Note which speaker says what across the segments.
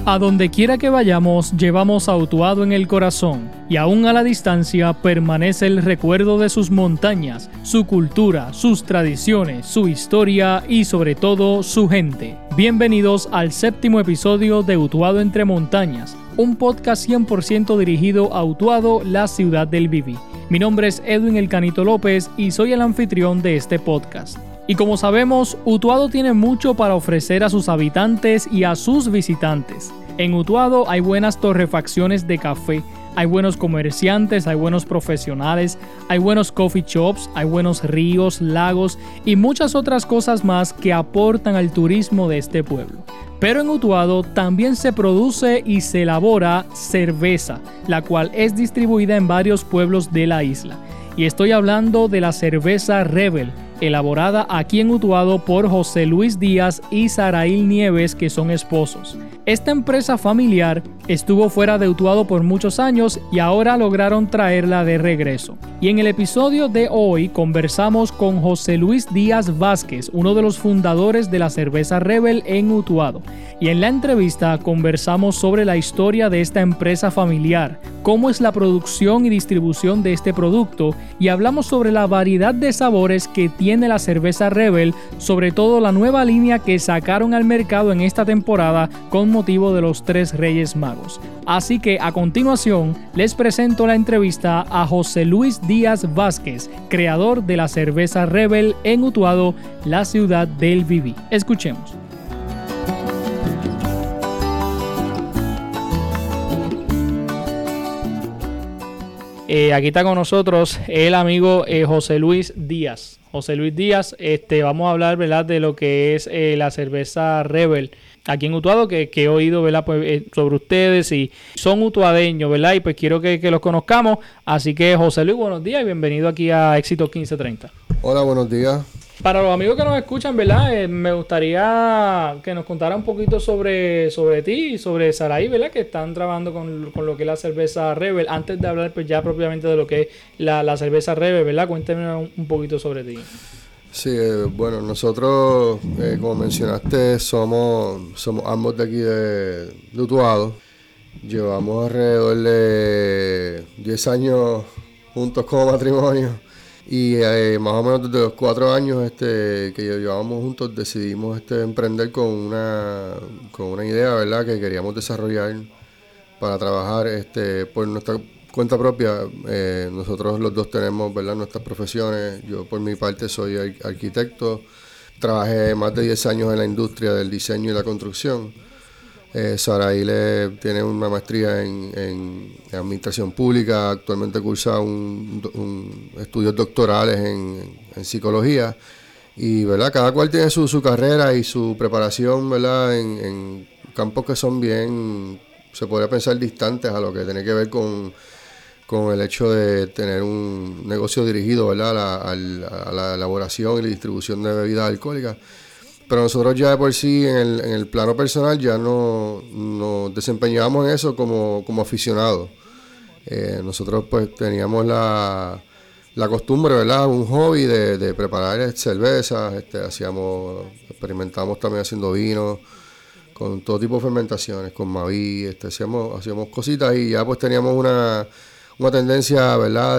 Speaker 1: A donde quiera que vayamos, llevamos a Utuado en el corazón, y aún a la distancia permanece el recuerdo de sus montañas, su cultura, sus tradiciones, su historia y sobre todo su gente. Bienvenidos al 7º episodio de Utuado entre montañas, un podcast 100% dirigido a Utuado, la ciudad del Viví. Mi nombre es Edwin El Canito López y soy el anfitrión de este podcast. Y como sabemos, Utuado tiene mucho para ofrecer a sus habitantes y a sus visitantes. En Utuado hay buenas torrefacciones de café, hay buenos comerciantes, hay buenos profesionales, hay buenos coffee shops, hay buenos ríos, lagos y muchas otras cosas más que aportan al turismo de este pueblo. Pero en Utuado también se produce y se elabora cerveza, la cual es distribuida en varios pueblos de la isla. Y estoy hablando de la cerveza Rebel, elaborada aquí en Utuado por José Luis Díaz y Sarail Nieves, que son esposos. Esta empresa familiar estuvo fuera de Utuado por muchos años y ahora lograron traerla de regreso. Y en el episodio de hoy conversamos con José Luis Díaz Vázquez, uno de los fundadores de la cerveza Rebel en Utuado. Y en la entrevista conversamos sobre la historia de esta empresa familiar, cómo es la producción y distribución de este producto, y hablamos sobre la variedad de sabores que tiene la cerveza Rebel, sobre todo la nueva línea que sacaron al mercado en esta temporada con motivo de los 3 Reyes Magos. Así que a continuación les presento la entrevista a José Luis Díaz Vázquez, creador de la cerveza Rebel en Utuado, la ciudad del Viví. Escuchemos. Aquí está con nosotros el amigo José Luis Díaz. José Luis Díaz, vamos a hablar, ¿verdad?, de lo que es la cerveza Rebel aquí en Utuado, que he oído, ¿verdad?, pues, sobre ustedes y son utuadeños, ¿verdad? Y pues quiero que los conozcamos. Así que, José Luis, buenos días y bienvenido aquí a Éxito 1530.
Speaker 2: Hola, buenos días. Para
Speaker 1: los amigos que nos escuchan, ¿verdad? Me gustaría que nos contara un poquito sobre ti y sobre Saraí, ¿verdad? Que están trabajando con lo que es la cerveza Rebel. Antes de hablar pues ya propiamente de lo que es la cerveza Rebel, ¿verdad? Cuénteme un poquito sobre ti.
Speaker 2: Sí, bueno, nosotros, como mencionaste, somos ambos de aquí de Utuado. Llevamos alrededor de 10 años juntos como matrimonio. Y más o menos desde los 4 años que llevábamos juntos decidimos emprender con una idea, ¿verdad?, que queríamos desarrollar para trabajar por nuestra cuenta propia. Nosotros los dos tenemos, ¿verdad?, nuestras profesiones. Yo por mi parte soy arquitecto, trabajé más de 10 años en la industria del diseño y la construcción. Saraí tiene una maestría en administración pública, actualmente cursa estudios doctorales en psicología y, ¿verdad?, cada cual tiene su carrera y su preparación, ¿verdad?, en campos que son bien, se podría pensar, distantes a lo que tiene que ver con el hecho de tener un negocio dirigido, ¿verdad?, a la elaboración y la distribución de bebidas alcohólicas. Pero nosotros ya de por sí, en el plano personal, ya nos desempeñábamos en eso como aficionados. Nosotros pues teníamos la costumbre, ¿verdad?, un hobby de preparar cervezas, experimentamos también haciendo vino, con todo tipo de fermentaciones, con Maví, hacíamos cositas y ya pues teníamos una tendencia, ¿verdad?,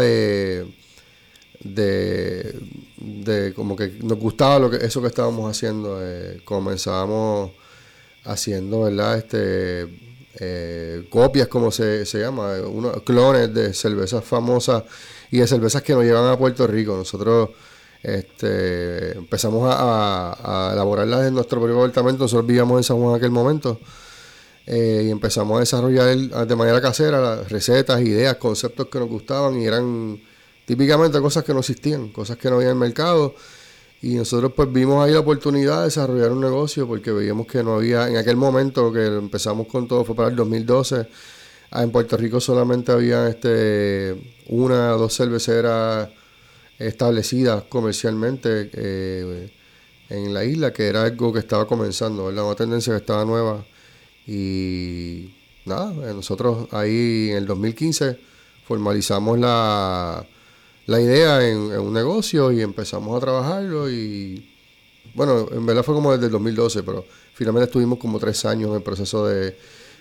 Speaker 2: de como que nos gustaba eso que estábamos haciendo. Comenzábamos haciendo, ¿verdad?, copias, como se llama, clones de cervezas famosas y de cervezas que nos llevan a Puerto Rico. Nosotros empezamos a elaborarlas en nuestro propio apartamento. Nosotros vivíamos en San Juan en aquel momento. Y empezamos a desarrollar de manera casera las recetas, ideas, conceptos que nos gustaban y eran típicamente cosas que no existían, cosas que no había en el mercado. Y nosotros pues vimos ahí la oportunidad de desarrollar un negocio porque veíamos que no había, en aquel momento que empezamos con todo, fue para el 2012, en Puerto Rico solamente había 1 o 2 cerveceras establecidas comercialmente en la isla, que era algo que estaba comenzando, ¿verdad?, una tendencia que estaba nueva. Y nada, nosotros ahí en el 2015 formalizamos la idea en un negocio y empezamos a trabajarlo y bueno, en verdad fue como desde el 2012, pero finalmente estuvimos como 3 años en el proceso de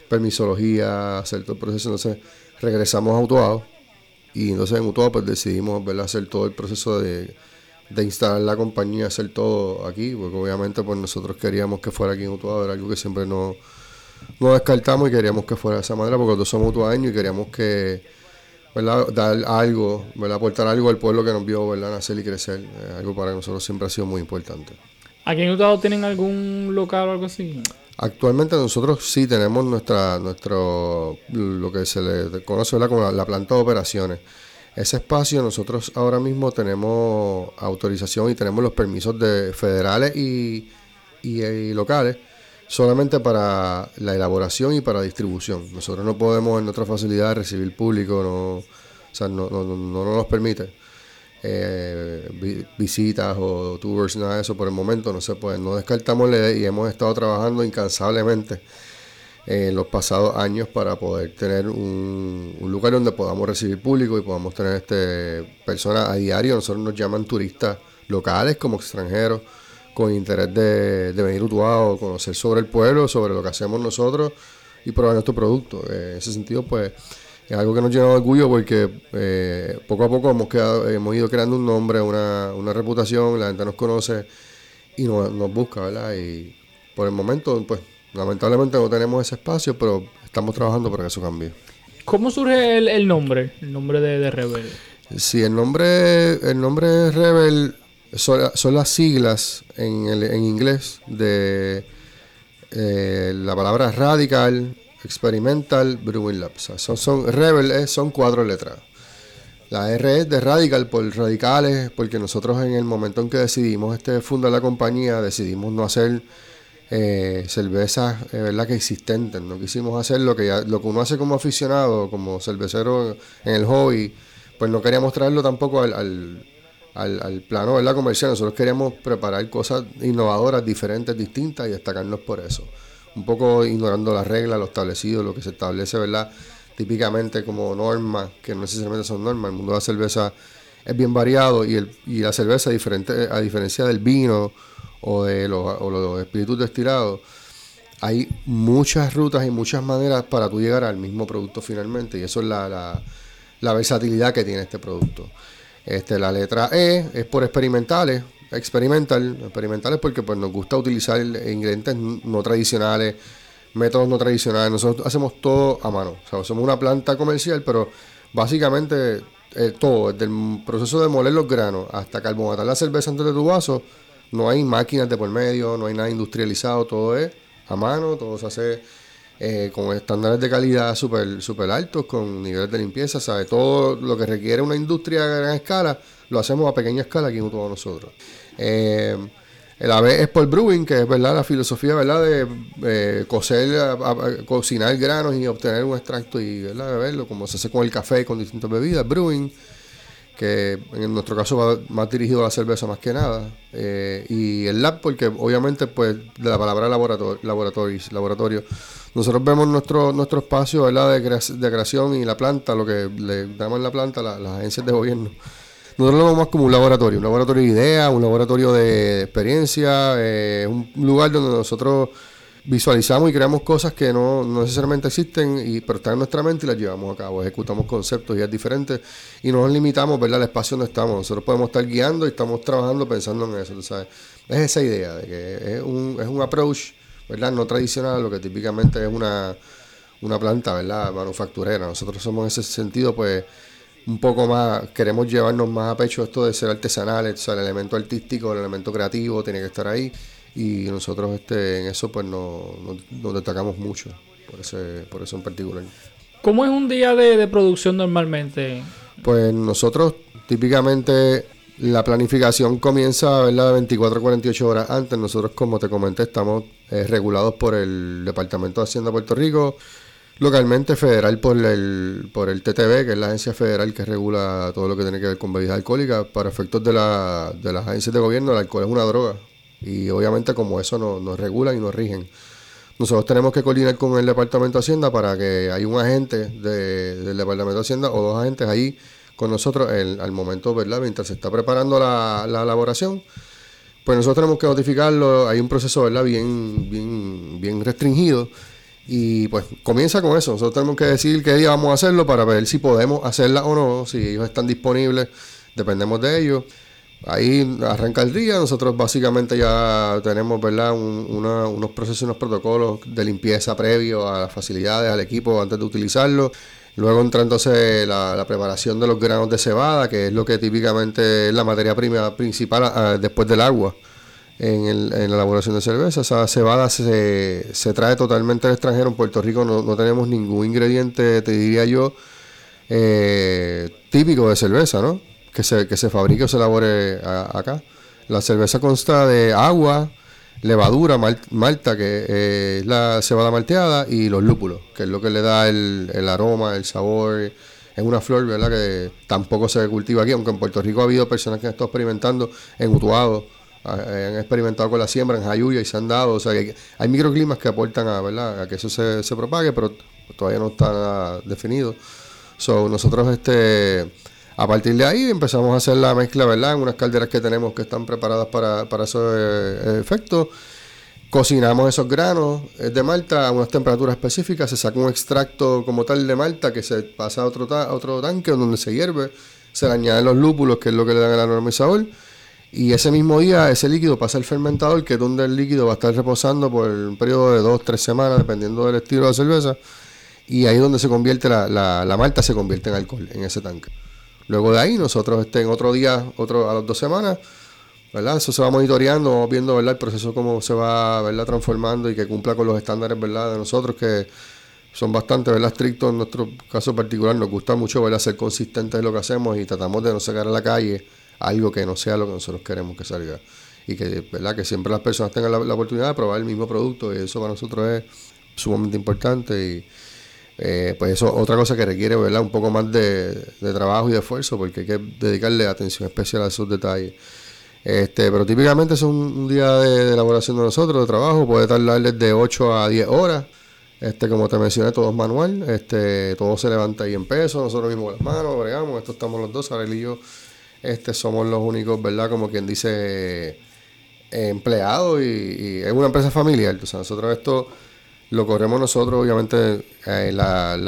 Speaker 2: permisología, hacer todo el proceso. Entonces regresamos a Utuado y entonces en Utuado pues decidimos, ¿verdad?, hacer todo el proceso de instalar la compañía, hacer todo aquí, porque obviamente pues nosotros queríamos que fuera aquí en Utuado, era algo que siempre no descartamos y queríamos que fuera de esa manera, porque nosotros somos utuadeños y queríamos que, ¿verdad?, dar algo, ¿verdad?, aportar algo al pueblo que nos vio, ¿verdad?, nacer y crecer. Algo para nosotros siempre ha sido muy importante.
Speaker 1: ¿Aquí en Utuado tienen algún local o algo así?
Speaker 2: Actualmente nosotros sí tenemos nuestro lo que se le conoce, ¿verdad?, como la planta de operaciones. Ese espacio nosotros ahora mismo tenemos autorización y tenemos los permisos de federales y locales solamente para la elaboración y para distribución. Nosotros no podemos en nuestra facilidad recibir público, no nos permite visitas o tours, nada de eso por el momento, no se puede. No descartamos la idea y hemos estado trabajando incansablemente en los pasados años para poder tener un lugar donde podamos recibir público y podamos tener personas a diario. Nosotros nos llaman turistas locales como extranjeros con interés de venir a Utuado, conocer sobre el pueblo, sobre lo que hacemos nosotros y probar nuestro producto. En ese sentido, pues, es algo que nos llena de orgullo porque poco a poco hemos ido creando un nombre, una reputación, la gente nos conoce y nos busca, ¿verdad? Y por el momento, pues, lamentablemente no tenemos ese espacio, pero estamos trabajando para que eso cambie.
Speaker 1: ¿Cómo surge el nombre? El nombre de Rebel.
Speaker 2: Sí, el nombre Rebel son las siglas en inglés de la palabra Radical Experimental Brewing Lab. O sea, Rebel son 4 letras. La R es de Radical por radicales, porque nosotros en el momento en que decidimos fundar la compañía, decidimos no hacer cervezas, ¿verdad?, que existentes. No quisimos hacer lo que uno hace como aficionado, como cervecero en el hobby, pues no queríamos traerlo tampoco al plano, ¿verdad?, comercial. Nosotros queríamos preparar cosas innovadoras, diferentes, distintas y destacarnos por eso. Un poco ignorando las reglas, lo establecido, lo que se establece, ¿verdad?, típicamente como normas, que no necesariamente son normas. El mundo de la cerveza es bien variado y la cerveza, a diferencia del vino o de los espíritus destilados, hay muchas rutas y muchas maneras para tú llegar al mismo producto finalmente, y eso es la versatilidad que tiene este producto. La letra E es por experimentales porque pues nos gusta utilizar ingredientes no tradicionales, métodos no tradicionales. Nosotros hacemos todo a mano, o sea, somos una planta comercial, pero básicamente todo, desde el proceso de moler los granos hasta carbonatar la cerveza antes de tu vaso, no hay máquinas de por medio, no hay nada industrializado, todo es a mano, todo se hace con estándares de calidad super altos, con niveles de limpieza, ¿sabes? Todo lo que requiere una industria a gran escala, lo hacemos a pequeña escala aquí en todos nosotros. La B es por brewing, que es, ¿verdad?, la filosofía, ¿verdad?, de cocinar granos y obtener un extracto y, ¿verdad?, beberlo, como se hace con el café y con distintas bebidas. Brewing, que en nuestro caso va más dirigido a la cerveza más que nada, y el lab porque obviamente pues de la palabra laboratorio, nosotros vemos nuestro espacio, ¿verdad?, de creación y la planta, lo que le llaman la planta, las agencias de gobierno, nosotros lo vemos más como un laboratorio de ideas, un laboratorio de experiencia, un lugar donde nosotros visualizamos y creamos cosas que no necesariamente existen, pero están en nuestra mente y las llevamos a cabo, ejecutamos conceptos y ideas diferentes y no nos limitamos, ¿verdad?, al espacio donde estamos. Nosotros podemos estar guiando y estamos trabajando pensando en eso, ¿sabes? Es esa idea de que es un approach, ¿verdad?, no tradicional, lo que típicamente es una planta, ¿verdad?, manufacturera. Nosotros somos en ese sentido, pues, un poco más, queremos llevarnos más a pecho esto de ser artesanales, o sea, el elemento artístico, el elemento creativo tiene que estar ahí. Y nosotros en eso pues nos destacamos mucho, por eso en particular.
Speaker 1: ¿Cómo es un día de producción normalmente?
Speaker 2: Pues nosotros típicamente la planificación comienza, ¿verdad?, de 24 a 48 horas antes. Nosotros, como te comenté, estamos regulados por el Departamento de Hacienda de Puerto Rico, localmente federal por el TTB, que es la agencia federal que regula todo lo que tiene que ver con bebidas alcohólicas. Para efectos de las agencias de gobierno, el alcohol es una droga. Y obviamente como eso nos regulan y nos rigen. Nosotros tenemos que coordinar con el Departamento de Hacienda para que hay un agente del Departamento de Hacienda o 2 agentes ahí con nosotros al momento, ¿verdad?, mientras se está preparando la elaboración. Pues nosotros tenemos que notificarlo. Hay un proceso, ¿verdad?, bien restringido. Y pues comienza con eso. Nosotros tenemos que decidir qué día vamos a hacerlo para ver si podemos hacerla o no, si ellos están disponibles, dependemos de ellos. Ahí arranca el día. Nosotros básicamente ya tenemos, ¿verdad?, unos procesos, unos protocolos de limpieza previo a las facilidades, al equipo antes de utilizarlo. Luego entra entonces la preparación de los granos de cebada, que es lo que típicamente es la materia prima principal después del agua en la elaboración de cerveza. Esa cebada se trae totalmente del extranjero. En Puerto Rico no tenemos ningún ingrediente, te diría yo, típico de cerveza, ¿no? Que se fabrique o se elabore acá. La cerveza consta de agua, levadura, malta, que es la cebada malteada, y los lúpulos, que es lo que le da el aroma, el sabor. Es una flor, ¿verdad?, que tampoco se cultiva aquí, aunque en Puerto Rico ha habido personas que han estado experimentando en Utuado, han experimentado con la siembra en Jayuya y se han dado. O sea, que hay microclimas que aportan a que eso se propague, pero todavía no está nada definido. So, nosotros a partir de ahí empezamos a hacer la mezcla, ¿verdad?, en unas calderas que tenemos que están preparadas para esos efectos. Cocinamos esos granos de malta a unas temperaturas específicas, se saca un extracto como tal de malta que se pasa a otro tanque donde se hierve, se le añaden los lúpulos, que es lo que le dan el aroma y sabor, y ese mismo día ese líquido pasa al fermentador, que es donde el líquido va a estar reposando por un periodo de 2-3 semanas, dependiendo del estilo de la cerveza, y ahí es donde se convierte la malta, se convierte en alcohol en ese tanque. Luego de ahí nosotros en otro día, a las 2 semanas, ¿verdad?, eso se va monitoreando, vamos viendo, ¿verdad?, el proceso cómo se va, ¿verdad?, transformando y que cumpla con los estándares, ¿verdad?, de nosotros, que son bastante, ¿verdad?, estrictos. En nuestro caso particular nos gusta mucho, ¿verdad?, ser consistentes en lo que hacemos y tratamos de no sacar a la calle algo que no sea lo que nosotros queremos que salga. Y que, ¿verdad?, que siempre las personas tengan la oportunidad de probar el mismo producto, y eso para nosotros es sumamente importante. Y pues eso otra cosa que requiere, ¿verdad?, un poco más de trabajo y de esfuerzo, porque hay que dedicarle atención especial a esos detalles. Pero típicamente es un día de elaboración de nosotros, de trabajo, puede tardarles de 8 a 10 horas. Como te mencioné, todo es manual, todo se levanta ahí en peso, nosotros mismos con las manos, bregamos, esto estamos los dos, Arely y yo, somos los únicos, ¿verdad?, como quien dice, empleados, y es una empresa familiar. O sea, nosotros esto lo corremos nosotros, obviamente. El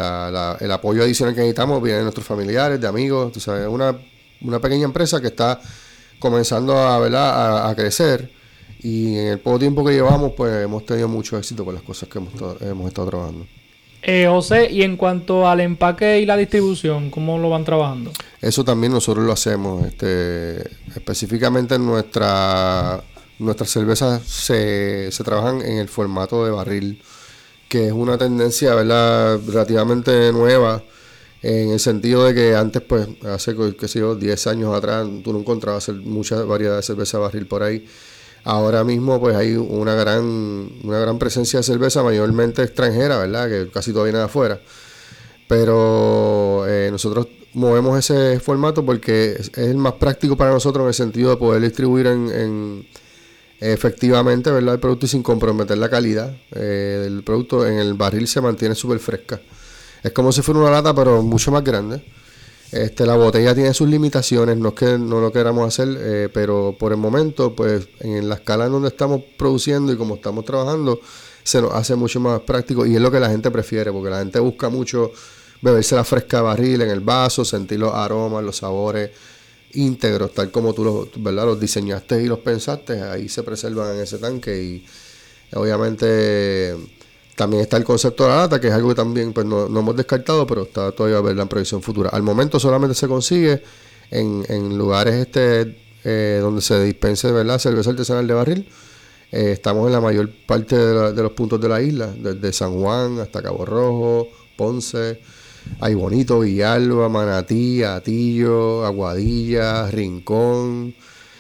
Speaker 2: apoyo adicional que necesitamos viene de nuestros familiares, de amigos. Tú sabes, es una pequeña empresa que está comenzando a crecer, y en el poco tiempo que llevamos pues hemos tenido mucho éxito con las cosas que hemos estado trabajando.
Speaker 1: José, y en cuanto al empaque y la distribución, ¿cómo lo van trabajando?
Speaker 2: Eso también nosotros lo hacemos. Específicamente nuestras cervezas se trabajan en el formato de barril, que es una tendencia, ¿verdad?, relativamente nueva, en el sentido de que antes, pues, hace, qué sé yo, 10 años atrás, tú no encontrabas mucha variedad de cerveza barril por ahí. Ahora mismo, pues, hay una gran presencia de cerveza, mayormente extranjera, ¿verdad?, que casi todo viene de afuera. Pero nosotros movemos ese formato porque es el más práctico para nosotros, en el sentido de poder distribuir efectivamente, ¿verdad?, el producto, y sin comprometer la calidad del producto. En el barril se mantiene súper fresca. Es como si fuera una lata, pero mucho más grande. La botella tiene sus limitaciones, no es que no lo queramos hacer, pero por el momento, pues, en la escala en donde estamos produciendo y como estamos trabajando, se nos hace mucho más práctico, y es lo que la gente prefiere, porque la gente busca mucho beberse la fresca de barril en el vaso, sentir los aromas, los sabores íntegros, tal como tú ¿verdad?, los diseñaste y los pensaste. Ahí se preservan en ese tanque. Y obviamente también está el concepto de la lata, que es algo que también, pues, no hemos descartado, pero está todavía, ¿verdad?, en proyección futura. Al momento solamente se consigue en lugares donde se dispense, ¿verdad?, cerveza artesanal de barril. Estamos en la mayor parte de los puntos de la isla, desde San Juan hasta Cabo Rojo, Ponce, Ay Bonito, Villalba, Manatí, Atillo, Aguadilla, Rincón,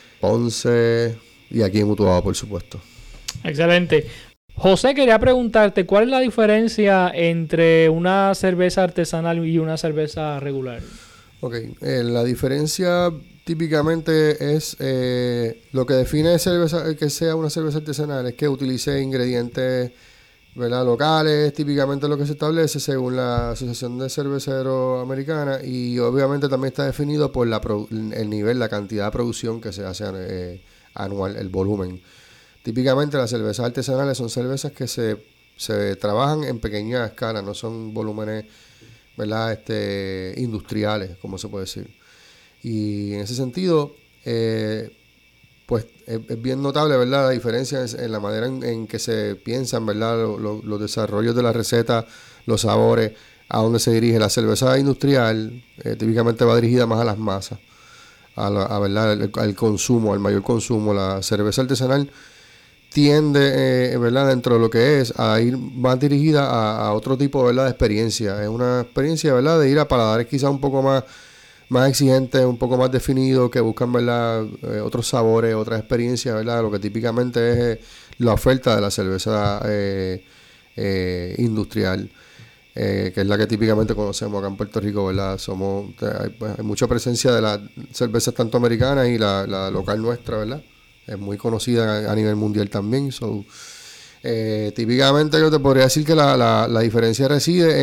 Speaker 2: Ponce y aquí en Utuado, por supuesto.
Speaker 1: Excelente. José, quería preguntarte, ¿cuál es la diferencia entre una cerveza artesanal y una cerveza regular?
Speaker 2: Ok, la diferencia típicamente es lo que define cerveza, que sea una cerveza artesanal, es que utilice ingredientes, ¿verdad?, locales, típicamente lo que se establece según la Asociación de Cerveceros Americana, y obviamente también está definido por el nivel, la cantidad de producción que se hace anual, el volumen. Típicamente las cervezas artesanales son cervezas que se se trabajan en pequeña escala, no son volúmenes, ¿verdad? Industriales, como se puede decir. Y en ese sentido, pues es bien notable, ¿verdad? La diferencia en la manera en que se piensan, ¿verdad? Los desarrollos de la receta, los sabores, a dónde se dirige. La cerveza industrial típicamente va dirigida más a las masas, ¿verdad? Al consumo, al mayor consumo. La cerveza artesanal tiende, ¿verdad? Dentro de lo que es, a ir más dirigida a otro tipo, ¿verdad? De experiencia. Es una experiencia, ¿verdad? De ir a paladares quizás un poco más exigentes, un poco más definidos, que buscan, ¿verdad? Otros sabores, otras experiencias, ¿verdad? Lo que típicamente es la oferta de la cerveza industrial, que es la que típicamente conocemos acá en Puerto Rico, ¿verdad? Hay mucha presencia de las cervezas tanto americanas y la local nuestra, ¿verdad? Es muy conocida a nivel mundial también. Típicamente yo te podría decir que la diferencia reside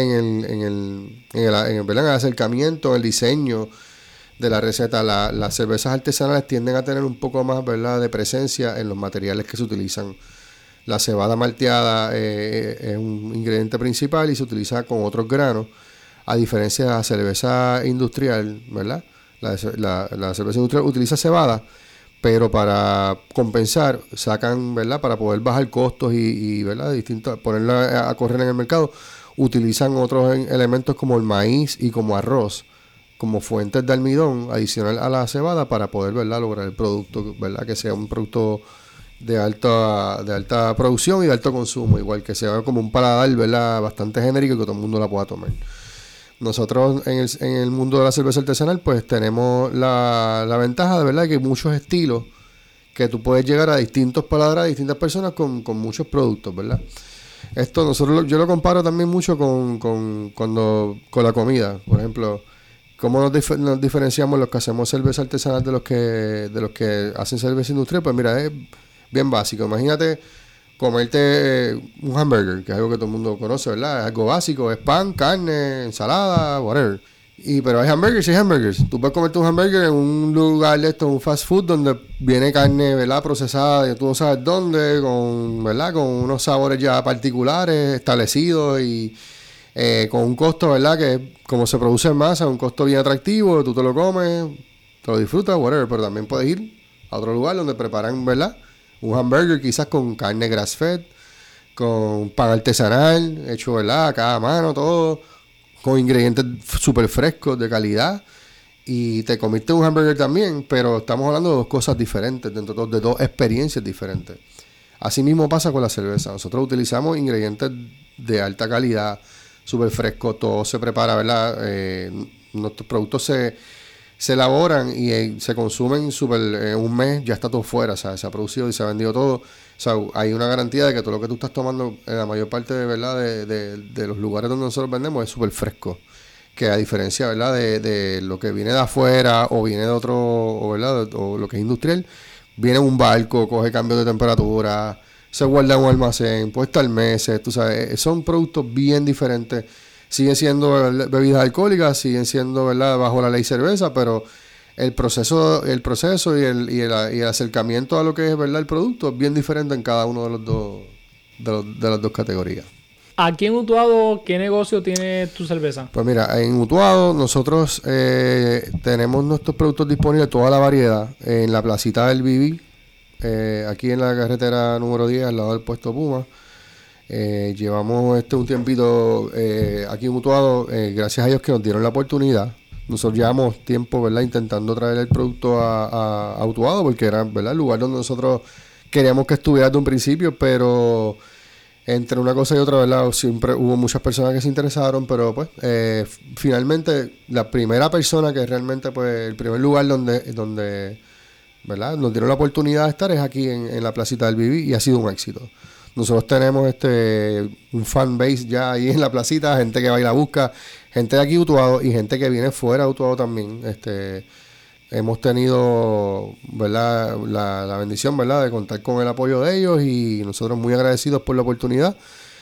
Speaker 2: en el acercamiento, en el diseño de la receta. Las cervezas artesanales tienden a tener un poco más, ¿verdad?, de presencia en los materiales que se utilizan. La cebada malteada es un ingrediente principal y se utiliza con otros granos, a diferencia de la cerveza industrial, ¿verdad? La cerveza industrial utiliza cebada, pero para compensar sacan, ¿verdad? Para poder bajar costos y ¿verdad? Ponerla a correr en el mercado, utilizan otros elementos como el maíz y como arroz, como fuentes de almidón adicional a la cebada para poder, ¿verdad?, lograr el producto, ¿verdad?, que sea un producto de alta producción y de alto consumo, igual que sea como un paladar, ¿verdad?, bastante genérico y que todo el mundo la pueda tomar. Nosotros en el mundo de la cerveza artesanal pues tenemos la ventaja de, verdad, que hay muchos estilos que tú puedes llegar a distintos paladares, a distintas personas con muchos productos, ¿verdad? Esto yo lo comparo también mucho con la comida. Por ejemplo, ¿cómo nos diferenciamos los que hacemos cerveza artesanal de los que hacen cerveza industrial? Pues mira, es bien básico. Imagínate comerte un hamburger, que es algo que todo el mundo conoce, ¿verdad? Es algo básico, es pan, carne, ensalada, whatever. Pero hay hamburgers y hamburgers. Tú puedes comerte un hamburger en un lugar de esto, un fast food, donde viene carne, ¿verdad?, procesada de tú no sabes dónde, ¿verdad?, con unos sabores ya particulares, establecidos y con un costo, ¿verdad?, que como se produce en masa, un costo bien atractivo, tú te lo comes, te lo disfrutas, whatever. Pero también puedes ir a otro lugar donde preparan, ¿verdad?, un hamburger quizás con carne grass-fed, con pan artesanal, hecho, ¿verdad?, acá a mano, todo, con ingredientes súper frescos, de calidad. Y te comiste un hamburger también, pero estamos hablando de dos cosas diferentes, de dos experiencias diferentes. Así mismo pasa con la cerveza. Nosotros utilizamos ingredientes de alta calidad, súper frescos, todo se prepara, ¿verdad? Nuestros productos se elaboran y se consumen en un mes, ya está todo fuera, o sea, se ha producido y se ha vendido todo. O sea, hay una garantía de que todo lo que tú estás tomando en la mayor parte, ¿verdad?, de los lugares donde nosotros vendemos es súper fresco. Que a diferencia, ¿verdad?, de lo que viene de afuera o viene de otro, ¿verdad?, o lo que es industrial, viene en un barco, coge cambios de temperatura, se guarda en un almacén, puede estar meses, tú sabes, son productos bien diferentes. Siguen siendo bebidas alcohólicas, siguen siendo, ¿verdad?, bajo la ley cerveza, pero el proceso y el acercamiento a lo que es, ¿verdad?, el producto es bien diferente en cada uno de las dos categorías.
Speaker 1: Aquí en Utuado, ¿qué negocio tiene tu cerveza?
Speaker 2: Pues mira, en Utuado nosotros tenemos nuestros productos disponibles, toda la variedad, en la placita del Viví, aquí en la carretera número 10, al lado del puesto Puma. Llevamos un tiempito aquí en Utuado, gracias a Dios que nos dieron la oportunidad. Nosotros llevamos tiempo, ¿verdad?, intentando traer el producto a Utuado, porque era, ¿verdad?, el lugar donde nosotros queríamos que estuviera desde un principio, pero entre una cosa y otra, ¿verdad?, siempre hubo muchas personas que se interesaron, pero pues finalmente la primera persona que realmente, pues el primer lugar donde ¿verdad?, nos dieron la oportunidad de estar es aquí en la placita del Viví, y ha sido un éxito. Nosotros tenemos un fan base ya ahí en la placita, gente que va y la busca, gente de aquí Utuado y gente que viene fuera de Utuado también. Hemos tenido, ¿verdad?, la bendición, ¿verdad?, de contar con el apoyo de ellos, y nosotros muy agradecidos por la oportunidad.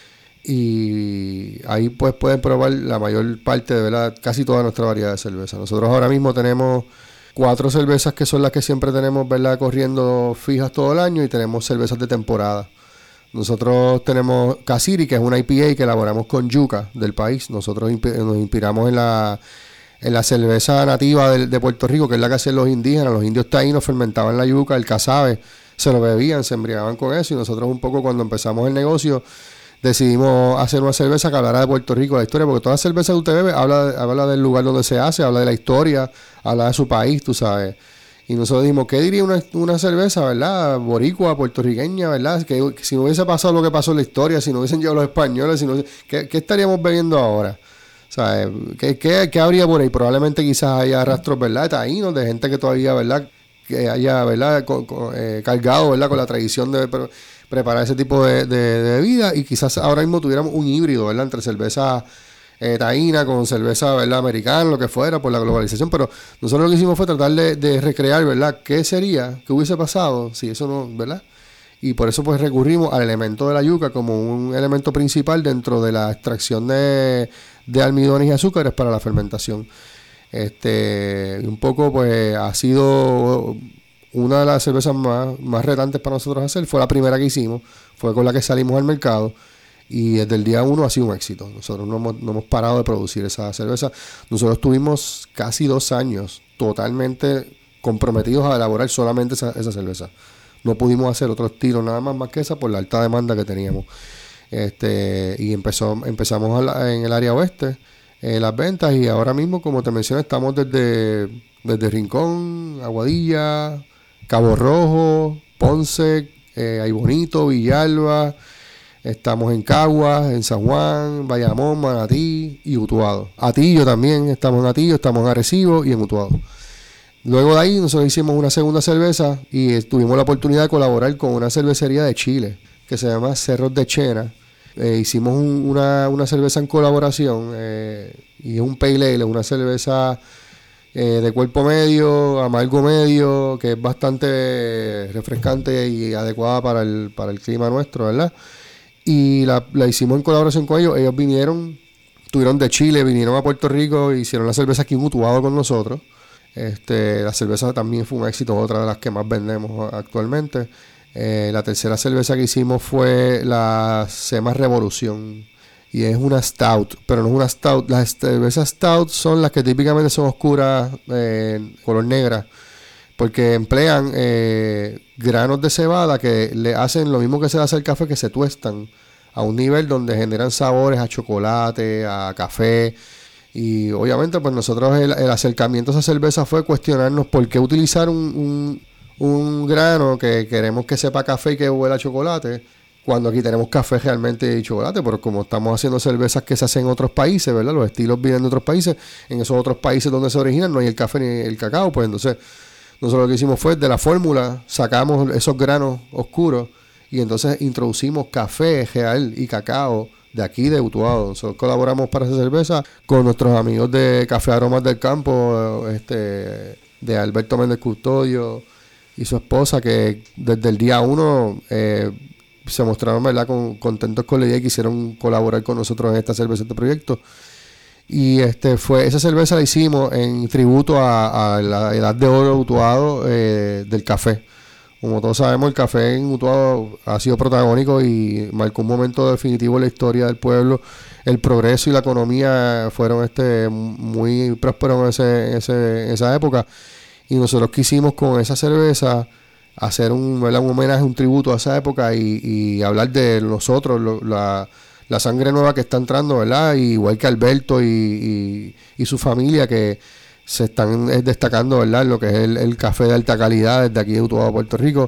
Speaker 2: Y ahí pues pueden probar la mayor parte, de, ¿verdad?, casi toda nuestra variedad de cerveza. Nosotros ahora mismo tenemos 4 cervezas que son las que siempre tenemos, ¿verdad?, corriendo fijas todo el año, y tenemos cervezas de temporada, Nosotros tenemos Casiri, que es una IPA que elaboramos con yuca del país. Nosotros nos inspiramos en la cerveza nativa de Puerto Rico, que es la que hacían los indígenas. Los indios taínos fermentaban la yuca, el casabe, se lo bebían, se embriagaban con eso. Y nosotros un poco cuando empezamos el negocio decidimos hacer una cerveza que hablara de Puerto Rico, la historia, porque toda cerveza que usted bebe habla del lugar donde se hace, habla de la historia, habla de su país, tú sabes. Y nosotros dijimos, ¿qué diría una cerveza, verdad? Boricua, puertorriqueña, ¿verdad? Que si no hubiese pasado lo que pasó en la historia, si no hubiesen llegado los españoles, ¿qué estaríamos bebiendo ahora? O sea, ¿qué habría por ahí? Probablemente quizás haya rastros, ¿verdad? De taínos, de gente que todavía, ¿verdad? Que haya, ¿verdad? Cargado, ¿verdad? Con la tradición de preparar ese tipo de bebida, y quizás ahora mismo tuviéramos un híbrido, ¿verdad? Entre cerveza taína con cerveza, ¿verdad? Americana, lo que fuera, por la globalización. Pero nosotros lo que hicimos fue tratar de recrear, ¿verdad? ¿Qué sería? ¿Qué hubiese pasado si eso no, ¿verdad? Y por eso pues recurrimos al elemento de la yuca como un elemento principal dentro de la extracción de almidones y azúcares para la fermentación. Un poco pues ha sido una de las cervezas más retantes para nosotros hacer. Fue la primera que hicimos, fue con la que salimos al mercado. Y desde el día 1 ha sido un éxito. Nosotros no hemos parado de producir esa cerveza. Nosotros tuvimos casi 2 años totalmente comprometidos a elaborar solamente esa cerveza. No pudimos hacer otro estilo nada más que esa por la alta demanda que teníamos. Y empezamos en el área oeste, las ventas, y ahora mismo, como te mencioné, estamos desde Rincón, Aguadilla, Cabo Rojo, Ponce, Aybonito, Villalba. Estamos en Caguas, en San Juan, Bayamón, Manatí y Utuado. Atillo también, estamos en Atillo, estamos en Arecibo y en Utuado. Luego de ahí nosotros hicimos una segunda cerveza y tuvimos la oportunidad de colaborar con una cervecería de Chile que se llama Cerros de Chena. Hicimos una cerveza en colaboración y es un pale ale, una cerveza de cuerpo medio, amargo medio, que es bastante refrescante y adecuada para el clima nuestro, ¿verdad? Y la hicimos en colaboración con ellos. Ellos estuvieron de Chile, vinieron a Puerto Rico, hicieron la cerveza aquí en Utuado con nosotros. La cerveza también fue un éxito, otra de las que más vendemos actualmente. La tercera cerveza que hicimos fue la Sema Revolución, y es una stout, pero no es una stout. Las cervezas stout son las que típicamente son oscuras, color negra, porque emplean granos de cebada que le hacen lo mismo que se le hace al café, que se tuestan a un nivel donde generan sabores a chocolate, a café. Y obviamente pues nosotros el acercamiento a esa cerveza fue cuestionarnos por qué utilizar un grano que queremos que sepa café y que huela a chocolate, cuando aquí tenemos café realmente y chocolate. Pero como estamos haciendo cervezas que se hacen en otros países, ¿verdad? Los estilos vienen de otros países, en esos otros países donde se originan no hay el café ni el cacao, pues entonces nosotros lo que hicimos fue, de la fórmula sacamos esos granos oscuros y entonces introducimos café real y cacao de aquí de Utuado. Nosotros colaboramos para esa cerveza con nuestros amigos de Café Aromas del Campo, de Alberto Méndez Custodio y su esposa, que desde el día 1 se mostraron, ¿verdad?, contentos con la idea y quisieron colaborar con nosotros en esta cerveza, este proyecto. Y esa cerveza la hicimos en tributo a la edad de oro de Utuado, del café. Como todos sabemos, el café en Utuado ha sido protagónico y marcó un momento definitivo en la historia del pueblo. El progreso y la economía fueron muy prósperos en esa época. Y nosotros quisimos con esa cerveza hacer un homenaje, un tributo a esa época y hablar de nosotros, la sangre nueva que está entrando, ¿verdad? Igual que Alberto y su familia, que se están destacando, ¿verdad?, en lo que es el café de alta calidad desde aquí de Utuado, Puerto Rico.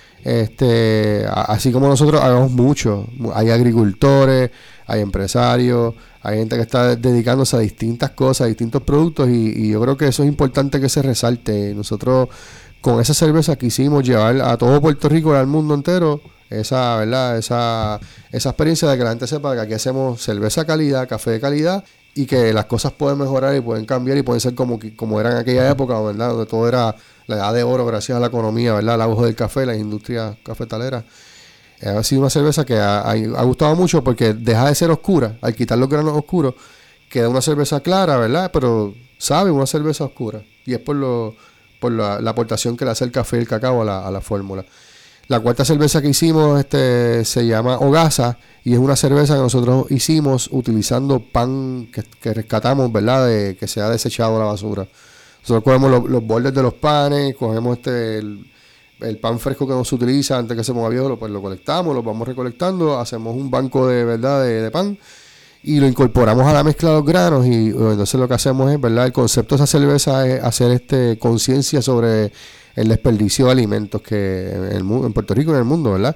Speaker 2: Así como nosotros hagamos mucho. Hay agricultores, hay empresarios, hay gente que está dedicándose a distintas cosas, a distintos productos, y yo creo que eso es importante que se resalte. Nosotros con esa cerveza quisimos llevar a todo Puerto Rico y al mundo entero esa experiencia de que la gente sepa que aquí hacemos cerveza de calidad, café de calidad, y que las cosas pueden mejorar y pueden cambiar y pueden ser como eran en aquella época, ¿verdad?, donde todo era la edad de oro gracias a la economía, ¿verdad?, el auge del café, las industrias cafetaleras. Ha sido una cerveza que ha gustado mucho porque deja de ser oscura. Al quitar los granos oscuros queda una cerveza clara, ¿verdad?, pero sabe una cerveza oscura, y es por la aportación que le hace el café y el cacao a la fórmula. La cuarta cerveza que hicimos se llama Hogaza y es una cerveza que nosotros hicimos utilizando pan que rescatamos, ¿verdad? Que se ha desechado a la basura. Nosotros cogemos los bordes de los panes, cogemos el pan fresco que no se utiliza antes que se ponga viejo, pues lo colectamos, lo vamos recolectando, hacemos un banco de pan y lo incorporamos a la mezcla de los granos y entonces lo que hacemos es, ¿verdad? El concepto de esa cerveza es hacer conciencia sobre el desperdicio de alimentos que en Puerto Rico y en el mundo, ¿verdad?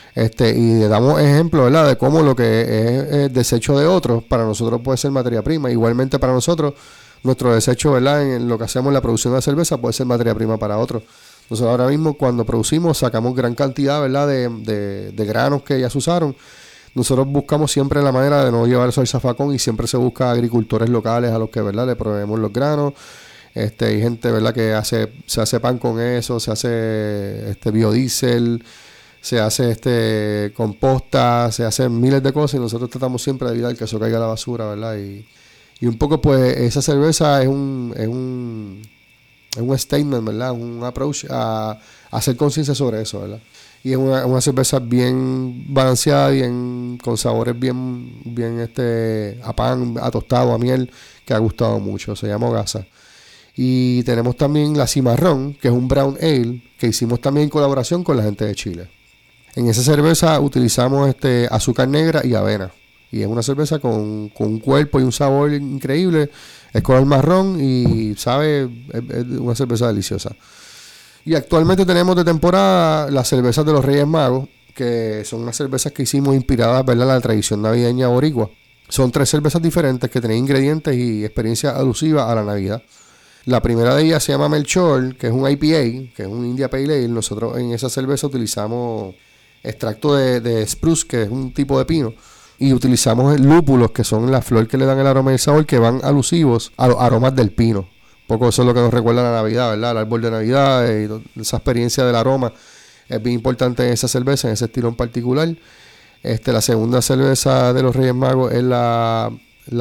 Speaker 2: Y le damos ejemplo, ¿verdad? De cómo lo que es desecho de otros para nosotros puede ser materia prima. Igualmente para nosotros, nuestro desecho, ¿verdad? En lo que hacemos en la producción de la cerveza puede ser materia prima para otros. Entonces ahora mismo cuando producimos sacamos gran cantidad, ¿verdad? De granos que ya se usaron. Nosotros buscamos siempre la manera de no llevar eso al zafacón y siempre se busca agricultores locales a los que, ¿verdad? Le proveemos los granos. Hay gente, ¿verdad? Que se hace pan con eso, se hace biodiesel, se hace composta, se hacen miles de cosas y nosotros tratamos siempre de evitar que eso caiga a la basura, ¿verdad? Y un poco pues esa cerveza es un statement, ¿verdad? Un approach a hacer conciencia sobre eso, ¿verdad? Y es una cerveza bien balanceada, bien con sabores bien a pan, a tostado, a miel, que ha gustado mucho. Se llama Hogaza. Y tenemos también la Cimarrón, que es un brown ale, que hicimos también en colaboración con la gente de Chile. En esa cerveza utilizamos azúcar negra y avena. Y es una cerveza con un cuerpo y un sabor increíble. Es color marrón y sabe, es una cerveza deliciosa. Y actualmente tenemos de temporada las cervezas de los Reyes Magos, que son unas cervezas que hicimos inspiradas, ¿verdad?, en la tradición navideña boricua. Son 3 cervezas diferentes que tienen ingredientes y experiencias alusivas a la Navidad. La primera de ellas se llama Melchor, que es un IPA, que es un India Pale Ale. Nosotros en esa cerveza utilizamos extracto de spruce, que es un tipo de pino, y utilizamos lúpulos, que son la flor que le dan el aroma y el sabor, que van alusivos a los aromas del pino. Un poco eso es lo que nos recuerda a la Navidad, ¿verdad? El árbol de Navidad y esa experiencia del aroma es bien importante en esa cerveza, en ese estilo en particular. La segunda cerveza de los Reyes Magos es la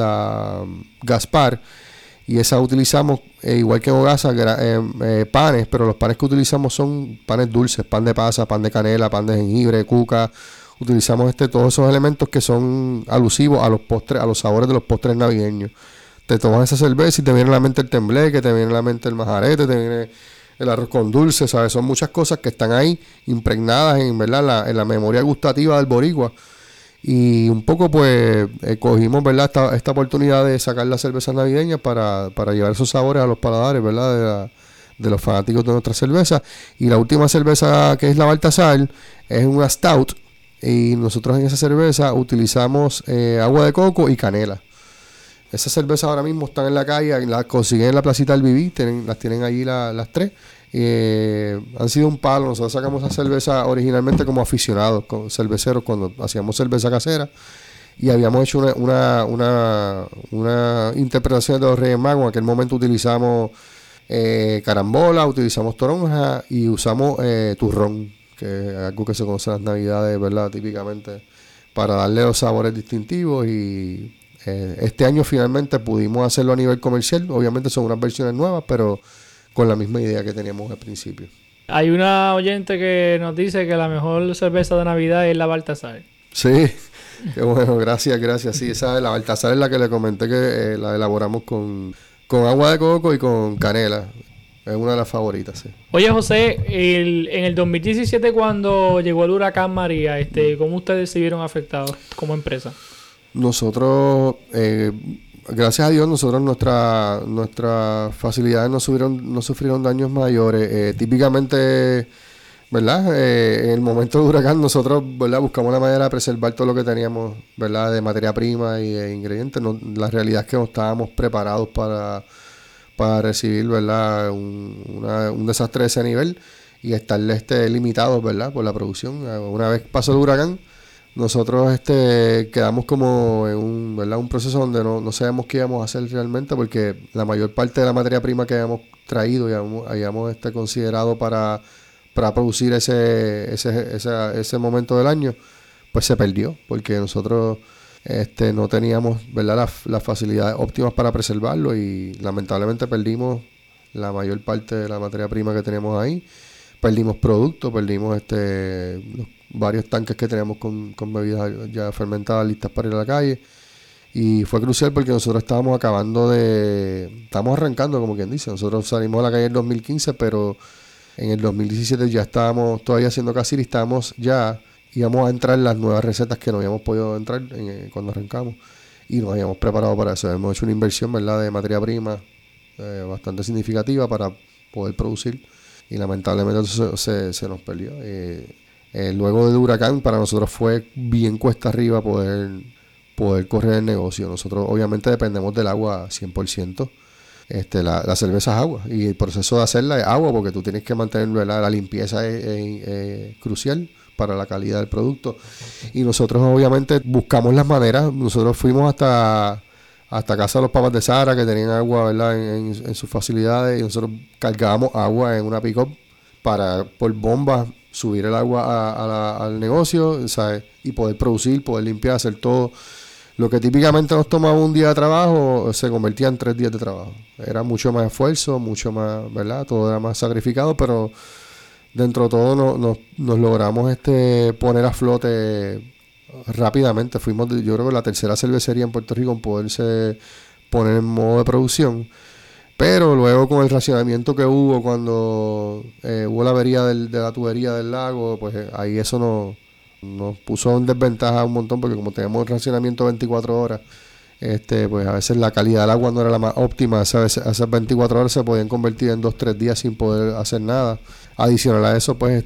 Speaker 2: Gaspar, y esa utilizamos, igual que en Hogaza, panes, pero los panes que utilizamos son panes dulces, pan de pasa, pan de canela, pan de jengibre, cuca. Utilizamos todos esos elementos que son alusivos a los postres, a los sabores de los postres navideños. Te tomas esa cerveza y te viene a la mente el tembleque, te viene a la mente el majarete, te viene el arroz con dulce, ¿sabes? Son muchas cosas que están ahí impregnadas ¿verdad? En la memoria gustativa del boricua. Y un poco pues cogimos, ¿verdad?, esta oportunidad de sacar las cervezas navideñas para llevar esos sabores a los paladares, ¿verdad?, de los fanáticos de nuestra cerveza. Y la última cerveza, que es la Baltasar, es una stout, y nosotros en esa cerveza utilizamos agua de coco y canela. Esas cervezas ahora mismo están en la calle, las consiguen en la placita del Viví, las tienen allí las 3. Han sido un palo. Nosotros sacamos esa cerveza originalmente como aficionados, como cerveceros, cuando hacíamos cerveza casera, y habíamos hecho una interpretación de los Reyes Magos. En aquel momento utilizamos carambola, utilizamos toronja y usamos turrón, que es algo que se conoce en las Navidades, ¿verdad?, típicamente, para darle los sabores distintivos. Y este año finalmente pudimos hacerlo a nivel comercial. Obviamente son unas versiones nuevas, pero con la misma idea que teníamos al principio.
Speaker 1: Hay una oyente que nos dice que la mejor cerveza de Navidad es la Baltasar.
Speaker 2: Sí, qué bueno, gracias. Sí, esa la Baltasar es la que le comenté que la elaboramos con agua de coco y con canela. Es una de las favoritas, sí.
Speaker 1: Oye, José, en el 2017, cuando llegó el huracán María, ¿cómo ustedes se vieron afectados como empresa?
Speaker 2: Nosotros, gracias a Dios, nuestras facilidades no sufrieron daños mayores. Típicamente, ¿verdad? En el momento del huracán nosotros, ¿verdad?, buscamos la manera de preservar todo lo que teníamos, ¿verdad?, de materia prima y de ingredientes. La realidad es que no estábamos preparados para recibir, ¿verdad?, un desastre de ese nivel y estar limitados, ¿verdad?, por la producción. Una vez pasó el huracán, nosotros quedamos como en un proceso donde no sabíamos qué íbamos a hacer realmente, porque la mayor parte de la materia prima que habíamos traído y habíamos considerado para producir ese momento del año, pues se perdió, porque nosotros no teníamos, ¿verdad?, las facilidades óptimas para preservarlo, y lamentablemente perdimos la mayor parte de la materia prima que teníamos ahí. perdimos producto, perdimos varios tanques que teníamos con bebidas ya fermentadas listas para ir a la calle. Y fue crucial porque nosotros estábamos arrancando, como quien dice. Nosotros salimos a la calle en 2015, pero en el 2017 ya estábamos todavía haciendo casi y íbamos a entrar en las nuevas recetas que no habíamos podido entrar cuando arrancamos. Y nos habíamos preparado para eso. Hemos hecho una inversión, ¿verdad?, de materia prima bastante significativa para poder producir. Y lamentablemente eso se nos perdió. Luego del huracán, para nosotros fue bien cuesta arriba poder correr el negocio. Nosotros obviamente dependemos del agua 100%. La cerveza es agua y el proceso de hacerla es agua porque tú tienes que mantener la limpieza es crucial para la calidad del producto. Y nosotros obviamente buscamos las maneras. Nosotros fuimos hasta casa de los papás de Sara que tenían agua, ¿verdad?, en sus facilidades, y nosotros cargábamos agua en una pick-up para por bombas subir el agua al negocio, ¿sabes?, y poder producir, poder limpiar, hacer todo. Lo que típicamente nos tomaba un día de trabajo se convertía en 3 días de trabajo. Era mucho más esfuerzo, mucho más, ¿verdad? Todo era más sacrificado, pero dentro de todo nos logramos poner a flote rápidamente. Fuimos, yo creo que la tercera cervecería en Puerto Rico en poderse poner en modo de producción. Pero luego con el racionamiento que hubo cuando hubo la avería de la tubería del lago, pues ahí eso nos puso en desventaja un montón, porque como tenemos racionamiento 24 horas, pues a veces la calidad del agua no era la más óptima. Esas 24 horas se podían convertir en 2-3 días sin poder hacer nada. Adicional a eso, pues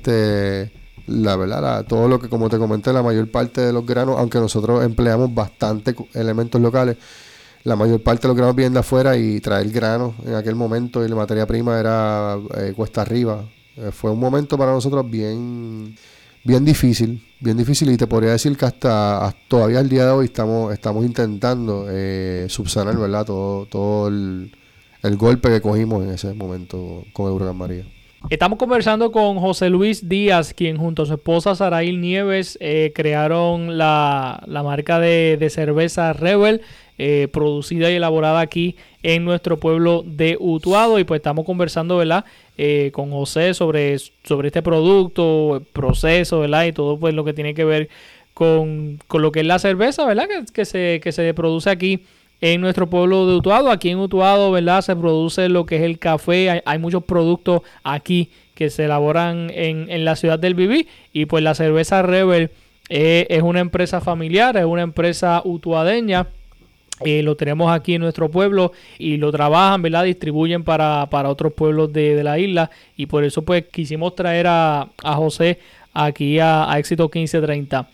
Speaker 2: la verdad, todo lo que, como te comenté, la mayor parte de los granos, aunque nosotros empleamos bastante elementos locales, la mayor parte de los granos vienen de afuera, y traer granos en aquel momento y la materia prima era cuesta arriba. Fue un momento para nosotros bien difícil, y te podría decir que hasta todavía el día de hoy estamos intentando subsanar, ¿verdad?, todo el golpe que cogimos en ese momento con el huracán María.
Speaker 1: Estamos conversando con José Luis Díaz, quien junto a su esposa Sarail Nieves crearon la marca de cerveza Rebel, producida y elaborada aquí en nuestro pueblo de Utuado. Y pues estamos conversando, ¿verdad?, con José sobre este producto, el proceso, ¿verdad?, y todo pues lo que tiene que ver con lo que es la cerveza, ¿verdad?, que se produce aquí en nuestro pueblo de Utuado. Aquí en Utuado, ¿verdad?, se produce lo que es el café. Hay muchos productos aquí que se elaboran en la ciudad del Bibí. Y pues la cerveza Rebel es una empresa familiar, es una empresa utuadeña. Lo tenemos aquí en nuestro pueblo y lo trabajan, ¿verdad?, distribuyen para otros pueblos de la isla. Y por eso pues quisimos traer a José aquí a Éxito 1530.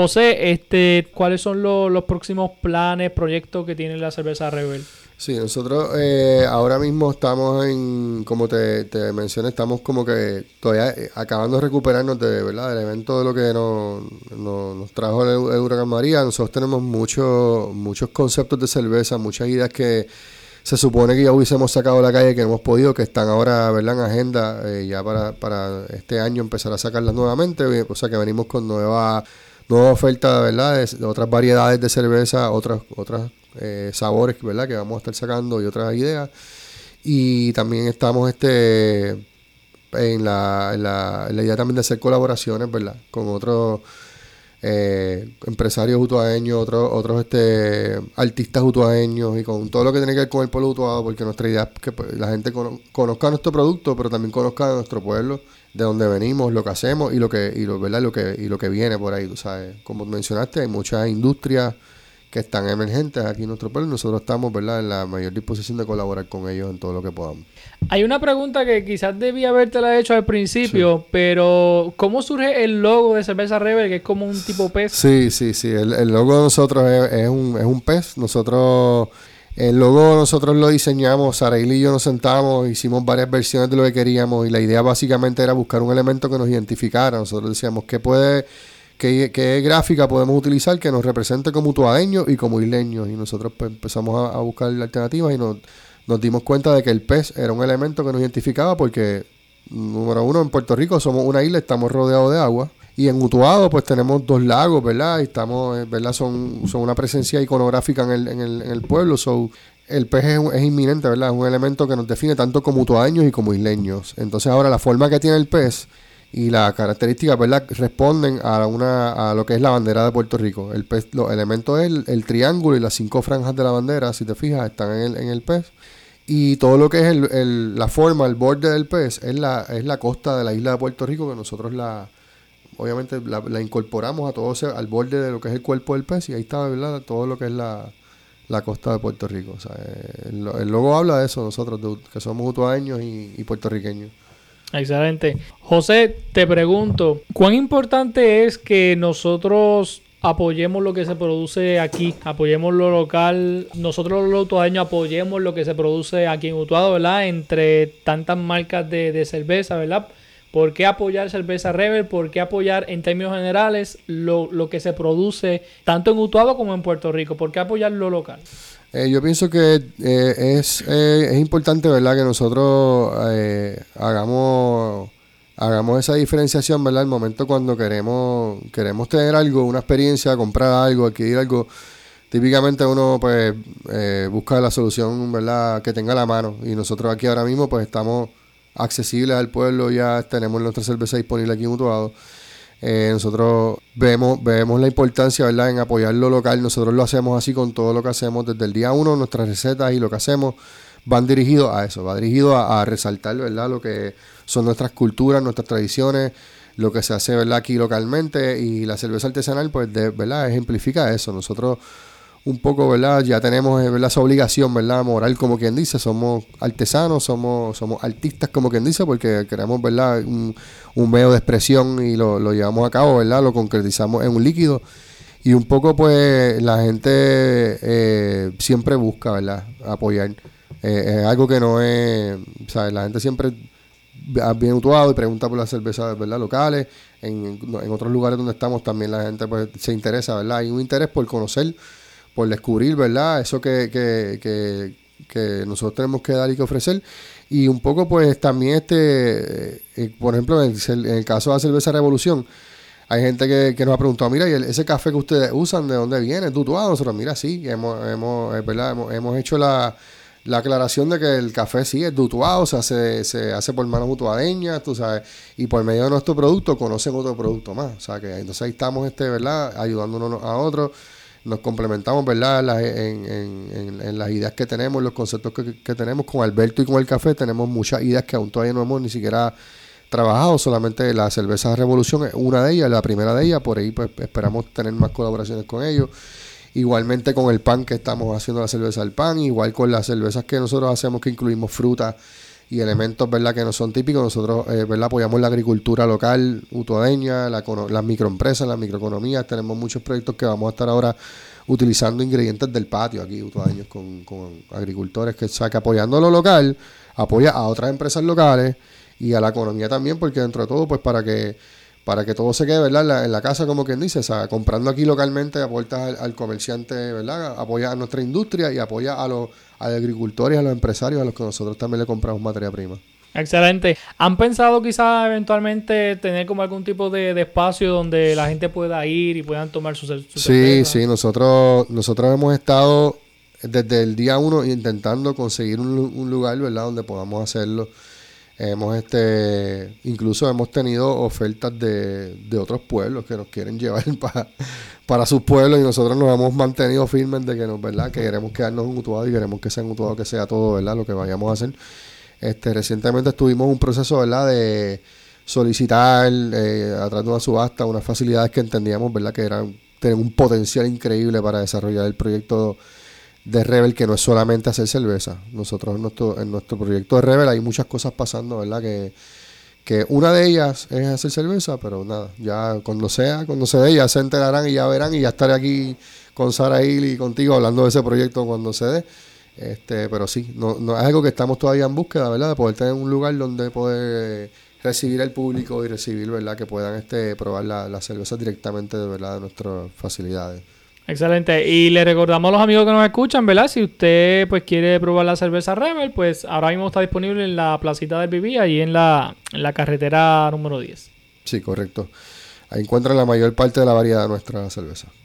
Speaker 1: José, ¿cuáles son los próximos planes, proyectos que tiene la cerveza Rebel?
Speaker 2: Sí, nosotros ahora mismo estamos como te mencioné, estamos como que todavía acabando de recuperarnos ¿verdad?, del evento de lo que nos trajo el huracán María. Nosotros tenemos muchos conceptos de cerveza, muchas ideas que se supone que ya hubiésemos sacado a la calle, que no hemos podido, que están ahora, ¿verdad?, en agenda ya para este año empezar a sacarlas nuevamente. O sea que venimos con nueva oferta, ¿verdad?, de otras variedades de cerveza, otras sabores, ¿verdad?, que vamos a estar sacando, y otras ideas. Y también estamos en la idea también de hacer colaboraciones, ¿verdad?, con otros empresarios utuadeños, otros artistas utuadeños, y con todo lo que tiene que ver con el pueblo utuado, porque nuestra idea es que la gente conozca nuestro producto, pero también conozca nuestro pueblo, de donde venimos, lo que hacemos y lo que viene por ahí, tú sabes. Como mencionaste, hay muchas industrias que están emergentes aquí en nuestro pueblo, y nosotros estamos, ¿verdad?, en la mayor disposición de colaborar con ellos en todo lo que podamos.
Speaker 1: Hay una pregunta que quizás debía habértela hecho al principio, sí, pero ¿cómo surge el logo de Cerveza Rebel, que es como un tipo pez?
Speaker 2: Sí. El logo de nosotros es un pez. El logo nosotros lo diseñamos, Sarail y yo nos sentamos, hicimos varias versiones de lo que queríamos, y la idea básicamente era buscar un elemento que nos identificara. Nosotros decíamos, ¿qué gráfica podemos utilizar que nos represente como utuadeños y como isleños? Y nosotros pues empezamos a buscar alternativas, y nos dimos cuenta de que el pez era un elemento que nos identificaba porque, número uno, en Puerto Rico somos una isla, estamos rodeados de agua. Y en Utuado pues tenemos 2 lagos, ¿verdad? Y estamos, ¿verdad? Son una presencia iconográfica en el pueblo. el pez es inminente, ¿verdad? Es un elemento que nos define tanto como utuadeños y como isleños. Entonces ahora la forma que tiene el pez y las características, ¿verdad?, responden a lo que es la bandera de Puerto Rico. El pez, los elementos es el triángulo y las 5 franjas de la bandera, si te fijas, están en el pez. Y todo lo que es la forma, el borde del pez, es la costa de la isla de Puerto Rico, que nosotros obviamente la incorporamos a todo al borde de lo que es el cuerpo del pez, y ahí está, ¿verdad?, todo lo que es la costa de Puerto Rico. O sea, el logo habla de eso, nosotros, que somos utuadeños y puertorriqueños.
Speaker 1: Excelente. José, te pregunto, ¿cuán importante es que nosotros apoyemos lo que se produce aquí, apoyemos lo local, nosotros los utuadeños apoyemos lo que se produce aquí en Utuado, ¿verdad? Entre tantas marcas de cerveza, ¿verdad? ¿Por qué apoyar Cerveza Rebel? ¿Por qué apoyar en términos generales lo que se produce tanto en Utuado como en Puerto Rico? ¿Por qué apoyar lo local?
Speaker 2: Yo pienso que es importante, ¿verdad?, que nosotros hagamos esa diferenciación, ¿verdad? El momento cuando queremos tener algo, una experiencia, comprar algo, adquirir algo. Típicamente uno pues busca la solución, ¿verdad?, que tenga a la mano. Y nosotros aquí ahora mismo pues estamos accesibles al pueblo, ya tenemos nuestra cerveza disponible aquí en Utuado. Nosotros vemos la importancia, ¿verdad?, en apoyar lo local. Nosotros lo hacemos así con todo lo que hacemos desde el día 1. Nuestras recetas y lo que hacemos van dirigidos a eso, va dirigido a resaltar, ¿verdad?, lo que son nuestras culturas, nuestras tradiciones, lo que se hace, ¿verdad?, aquí localmente. Y la cerveza artesanal, pues, ¿verdad?, ejemplifica eso. Nosotros un poco, ¿verdad?, ya tenemos, ¿verdad?, esa obligación, ¿verdad?, moral, como quien dice. Somos artesanos, somos artistas, como quien dice, porque queremos, ¿verdad?, un medio de expresión y lo llevamos a cabo, ¿verdad?, lo concretizamos en un líquido. Y un poco, pues, la gente siempre busca, ¿verdad?, apoyar. Es algo que no es, ¿sabes? La gente siempre viene Utuado y pregunta por las cervezas, ¿verdad?, locales. En otros lugares donde estamos también la gente, pues, se interesa, ¿verdad? Hay un interés por conocer, por descubrir, ¿verdad?, eso que nosotros tenemos que dar y que ofrecer. Y un poco, pues, también por ejemplo, en el caso de la cerveza Revolución, hay gente que nos ha preguntado, mira, ¿y ese café que ustedes usan, de dónde viene? ¿Es de Utuado? Nosotros, mira, sí, ¿verdad?, hemos hecho la aclaración de que el café sí es de Utuado, se hace por manos utuadeñas, tú sabes, y por medio de nuestro producto conocen otro producto más. O sea, que entonces ahí estamos, ¿verdad?, ayudándonos a otros. Nos complementamos, ¿verdad?, en las ideas que tenemos, los conceptos que tenemos. Con Alberto y con el café tenemos muchas ideas que aún todavía no hemos ni siquiera trabajado. Solamente la cerveza Revolución es una de ellas, la primera de ellas. Por ahí pues esperamos tener más colaboraciones con ellos. Igualmente con el pan, que estamos haciendo la cerveza del pan. Igual con las cervezas que nosotros hacemos, que incluimos frutas y elementos, ¿verdad?, que no son típicos. Nosotros, ¿verdad?, apoyamos la agricultura local, utuadeña, las microempresas, las microeconomías. Tenemos muchos proyectos que vamos a estar ahora utilizando ingredientes del patio aquí, utuadeños, con agricultores, que, o sea, que apoyando lo local, apoya a otras empresas locales y a la economía también, porque dentro de todo, pues, para que todo se quede, ¿verdad?, en la casa, como quien dice. O sea, comprando aquí localmente, aportas al comerciante, ¿verdad?, apoya a nuestra industria y apoya a los agricultores, a los empresarios, a los que nosotros también le compramos materia prima.
Speaker 1: Excelente. ¿Han pensado quizás eventualmente tener como algún tipo de espacio donde la gente pueda ir y puedan tomar su cerveza?
Speaker 2: Sí, nosotros hemos estado desde el día 1 intentando conseguir un lugar, ¿verdad?, donde podamos hacerlo. Incluso hemos tenido ofertas de otros pueblos que nos quieren llevar para sus pueblos, y nosotros nos hemos mantenido firmes de que ¿verdad?, que queremos quedarnos en Utuado y queremos que sea en Utuado, que sea todo, ¿verdad?, lo que vayamos a hacer. Recientemente estuvimos en un proceso, ¿verdad?, de solicitar a través de una subasta unas facilidades que entendíamos, ¿verdad?, que tenían un potencial increíble para desarrollar el proyecto de Rebel, que no es solamente hacer cerveza. Nosotros en nuestro proyecto de Rebel hay muchas cosas pasando, ¿verdad?, que una de ellas es hacer cerveza, pero nada, ya cuando se dé, ya se enterarán y ya verán, y ya estaré aquí con Sara Hill y contigo hablando de ese proyecto cuando se dé. Pero sí, no es algo que estamos todavía en búsqueda, ¿verdad?, de poder tener un lugar donde poder recibir al público y recibir, ¿verdad?, que puedan probar la cerveza directamente, de verdad, de nuestras facilidades.
Speaker 1: Excelente. Y le recordamos a los amigos que nos escuchan, ¿verdad? Si usted pues quiere probar la cerveza Rebel, pues ahora mismo está disponible en la placita del Viví, ahí en la carretera número 10.
Speaker 2: Sí, correcto. Ahí encuentran la mayor parte de la variedad de nuestra cerveza.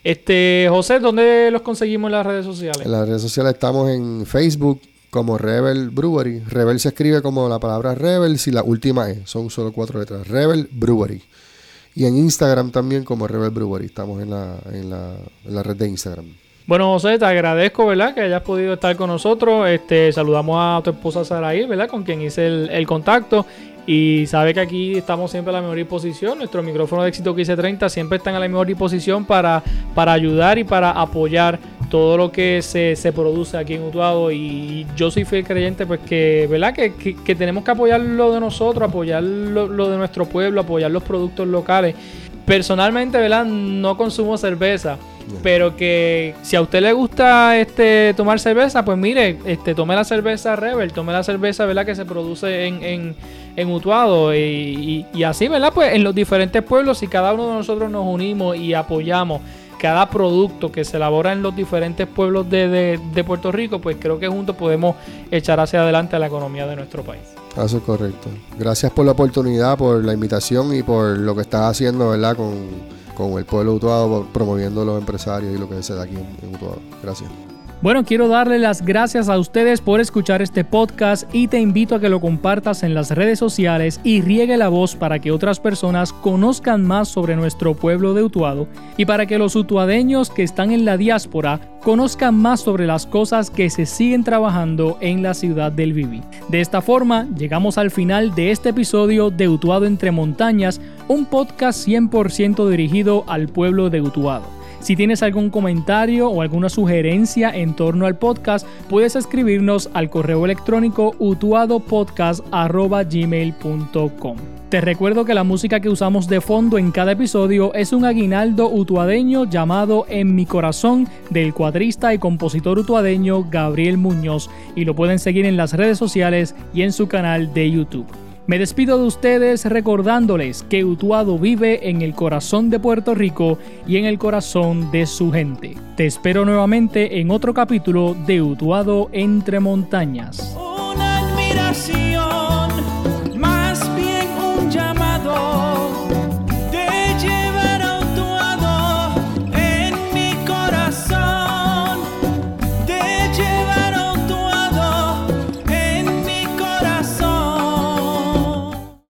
Speaker 1: José, ¿dónde los conseguimos en las redes sociales?
Speaker 2: En las redes sociales estamos en Facebook como Rebel Brewery. Rebel se escribe como la palabra Rebel si la última E. Son solo 4 letras. Rebel Brewery. Y en Instagram también como Rebel Brewery. Estamos en la red de Instagram.
Speaker 1: Bueno, José, te agradezco, ¿verdad?, que hayas podido estar con nosotros. Saludamos a tu esposa Saraí, ¿verdad?, con quien hice el contacto. Y sabe que aquí estamos siempre a la mejor disposición. Nuestro micrófono de Éxito 1530 siempre están a la mejor disposición para ayudar y para apoyar todo lo que se produce aquí en Utuado. Y yo soy fiel creyente, pues que, ¿verdad?, que tenemos que apoyar lo de nosotros, apoyar lo de nuestro pueblo, apoyar los productos locales. Personalmente, ¿verdad?, no consumo cerveza. Pero que si a usted le gusta tomar cerveza, pues mire, tome la cerveza Rebel, tome la cerveza, ¿verdad?, que se produce en Utuado y así, ¿verdad?, pues en los diferentes pueblos, si cada uno de nosotros nos unimos y apoyamos cada producto que se elabora en los diferentes pueblos de Puerto Rico, pues creo que juntos podemos echar hacia adelante la economía de nuestro país.
Speaker 2: Eso es correcto. Gracias por la oportunidad, por la invitación y por lo que estás haciendo, ¿verdad?, con el pueblo de Utuado, promoviendo los empresarios y lo que se da aquí en Utuado. Gracias.
Speaker 1: Bueno, quiero darle las gracias a ustedes por escuchar este podcast y te invito a que lo compartas en las redes sociales y riegue la voz para que otras personas conozcan más sobre nuestro pueblo de Utuado y para que los utuadeños que están en la diáspora conozcan más sobre las cosas que se siguen trabajando en la ciudad del Bibi. De esta forma, llegamos al final de este episodio de Utuado Entre Montañas, un podcast 100% dirigido al pueblo de Utuado. Si tienes algún comentario o alguna sugerencia en torno al podcast, puedes escribirnos al correo electrónico utuadopodcast@gmail.com. Te recuerdo que la música que usamos de fondo en cada episodio es un aguinaldo utuadeño llamado En Mi Corazón del cuatrista y compositor utuadeño Gabriel Muñoz y lo pueden seguir en las redes sociales y en su canal de YouTube. Me despido de ustedes recordándoles que Utuado vive en el corazón de Puerto Rico y en el corazón de su gente. Te espero nuevamente en otro capítulo de Utuado Entre Montañas.